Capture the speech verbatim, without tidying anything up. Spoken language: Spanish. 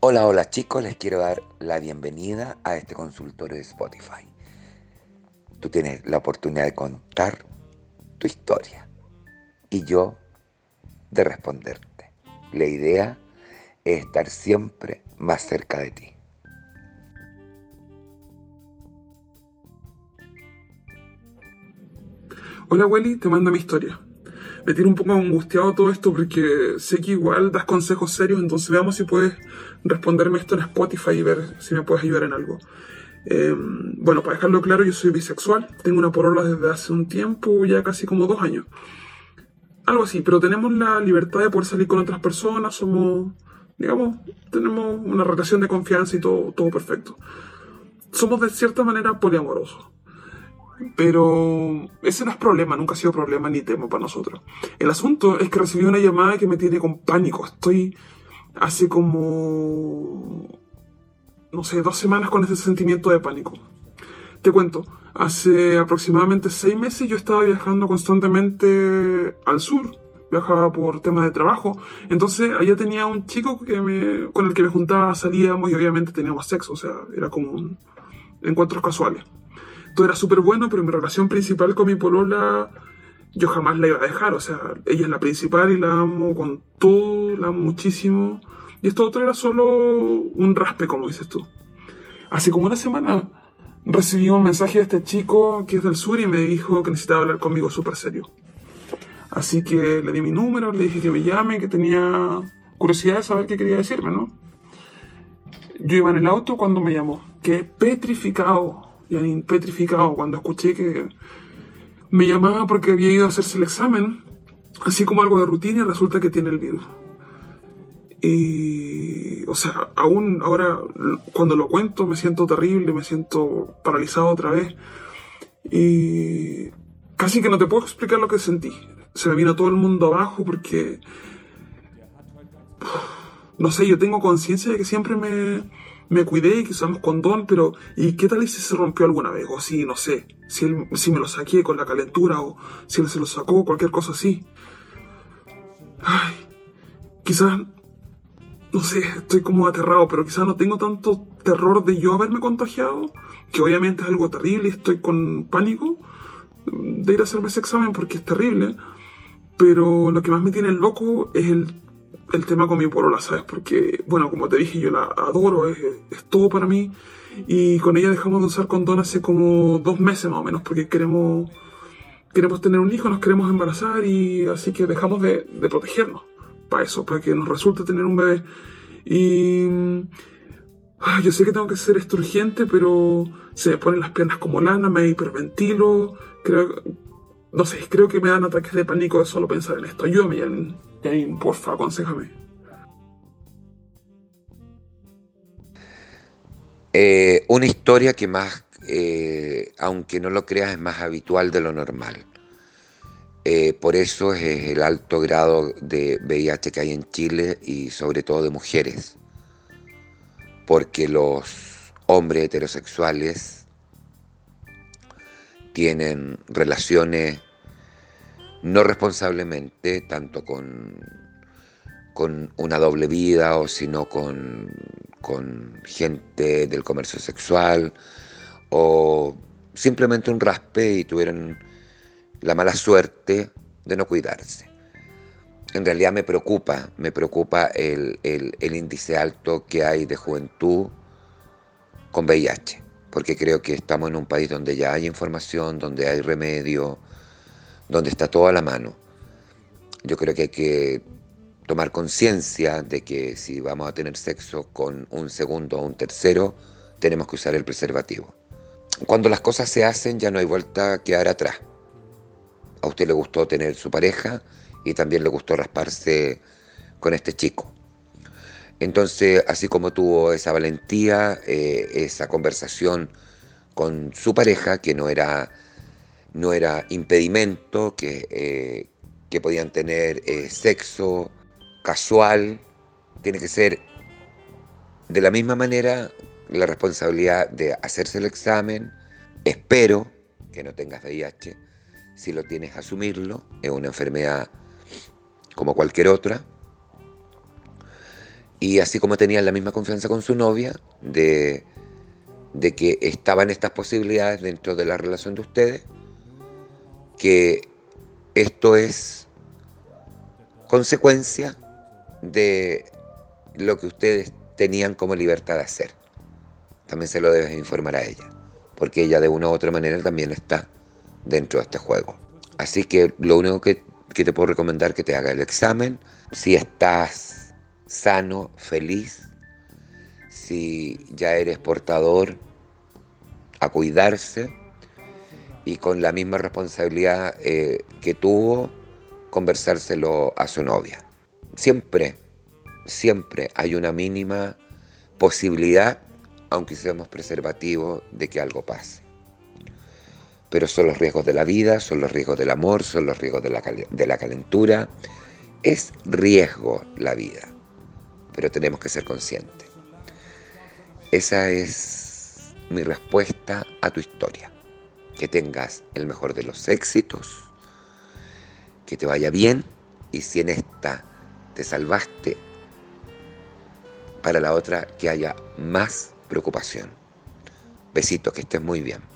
Hola, hola chicos, les quiero dar la bienvenida a este consultorio de Spotify. Tú tienes la oportunidad de contar tu historia y yo de responderte. La idea es estar siempre más cerca de ti. Hola, Welly, te mando mi historia. Me tiene un poco angustiado todo esto porque sé que igual das consejos serios, entonces veamos si puedes responderme esto en Spotify y ver si me puedes ayudar en algo. Eh, bueno, para dejarlo claro, yo soy bisexual, tengo una polola desde hace un tiempo, ya casi como dos años. Algo así, pero tenemos la libertad de poder salir con otras personas, somos, digamos, tenemos una relación de confianza y todo, todo perfecto. Somos de cierta manera poliamorosos. Pero ese no es problema, nunca ha sido problema ni tema para nosotros. El asunto es que recibí una llamada que me tiene con pánico. Estoy hace como, no sé, dos semanas con ese sentimiento de pánico. Te cuento, hace aproximadamente seis meses yo estaba viajando constantemente al sur. Viajaba por temas de trabajo. Entonces allá tenía un chico que me, con el que me juntaba, salíamos y obviamente teníamos sexo. O sea, era como un, encuentros casuales. Todo era súper bueno, pero mi relación principal con mi polola, yo jamás la iba a dejar. O sea, ella es la principal y la amo con todo, la amo muchísimo. Y esto otro era solo un raspe, como dices tú. Hace como una semana recibí un mensaje de este chico que es del sur y me dijo que necesitaba hablar conmigo súper serio. Así que le di mi número, le dije que me llame, que tenía curiosidad de saber qué quería decirme, ¿no? Yo iba en el auto cuando me llamó. Quedé petrificado, y petrificado cuando escuché que me llamaba porque había ido a hacerse el examen, así como algo de rutina, y resulta que tiene el virus. Y, o sea, aún ahora cuando lo cuento me siento terrible, me siento paralizado otra vez. Y casi que no te puedo explicar lo que sentí. Se me vino todo el mundo abajo porque, no sé, yo tengo conciencia de que siempre me, me cuidé y que usamos condón, pero ¿y qué tal y si se rompió alguna vez? O si, no sé, si, él, si me lo saqué con la calentura o si él se lo sacó, cualquier cosa así. Ay, quizás, no sé, estoy como aterrado, pero quizás no tengo tanto terror de yo haberme contagiado, que obviamente es algo terrible y estoy con pánico de ir a hacerme ese examen porque es terrible, pero lo que más me tiene loco es el, el tema con mi polola, ¿sabes? Porque, bueno, como te dije, yo la adoro, es, es todo para mí, y con ella dejamos de usar condón hace como dos meses más o menos, porque queremos, queremos tener un hijo, nos queremos embarazar, y así que dejamos de, de protegernos para eso, para que nos resulte tener un bebé. Y ah, yo sé que tengo que ser esto urgente, pero se me ponen las piernas como lana, me hiperventilo, creo, no sé, creo que me dan ataques de pánico de solo pensar en esto. Ayúdame, Janine, Janine, porfa, aconsejame. Eh, una historia que más, eh, aunque no lo creas, es más habitual de lo normal. Eh, por eso es el alto grado de V I H que hay en Chile y sobre todo de mujeres, porque los hombres heterosexuales tienen relaciones no responsablemente, tanto con, con una doble vida o sino con, con gente del comercio sexual o simplemente un raspe y tuvieron la mala suerte de no cuidarse. En realidad me preocupa, me preocupa el, el, el índice alto que hay de juventud con V I H, porque creo que estamos en un país donde ya hay información, donde hay remedio, donde está todo a la mano. Yo creo que hay que tomar conciencia de que si vamos a tener sexo con un segundo o un tercero, tenemos que usar el preservativo. Cuando las cosas se hacen ya no hay vuelta a quedar atrás. A usted le gustó tener su pareja y también le gustó rasparse con este chico. Entonces, así como tuvo esa valentía, eh, esa conversación con su pareja, que no era, no era impedimento, que, eh, que podían tener eh, sexo casual, tiene que ser de la misma manera la responsabilidad de hacerse el examen. Espero que no tengas V I H. Si lo tienes, asumirlo. Es una enfermedad como cualquier otra. Y así como tenían la misma confianza con su novia, de, de que estaban estas posibilidades dentro de la relación de ustedes, que esto es consecuencia de lo que ustedes tenían como libertad de hacer. También se lo debes informar a ella, porque ella de una u otra manera también está dentro de este juego. Así que lo único que, que te puedo recomendar es que te haga el examen. Si estás sano, feliz, si ya eres portador, a cuidarse, y con la misma responsabilidad eh, que tuvo, conversárselo a su novia. Siempre, siempre hay una mínima posibilidad, aunque seamos preservativos, de que algo pase. Pero son los riesgos de la vida, son los riesgos del amor, son los riesgos de la, cal- de la calentura. Es riesgo la vida, pero tenemos que ser conscientes. Esa es mi respuesta a tu historia. Que tengas el mejor de los éxitos, que te vaya bien, y si en esta te salvaste, para la otra que haya más preocupación. Besitos, que estés muy bien.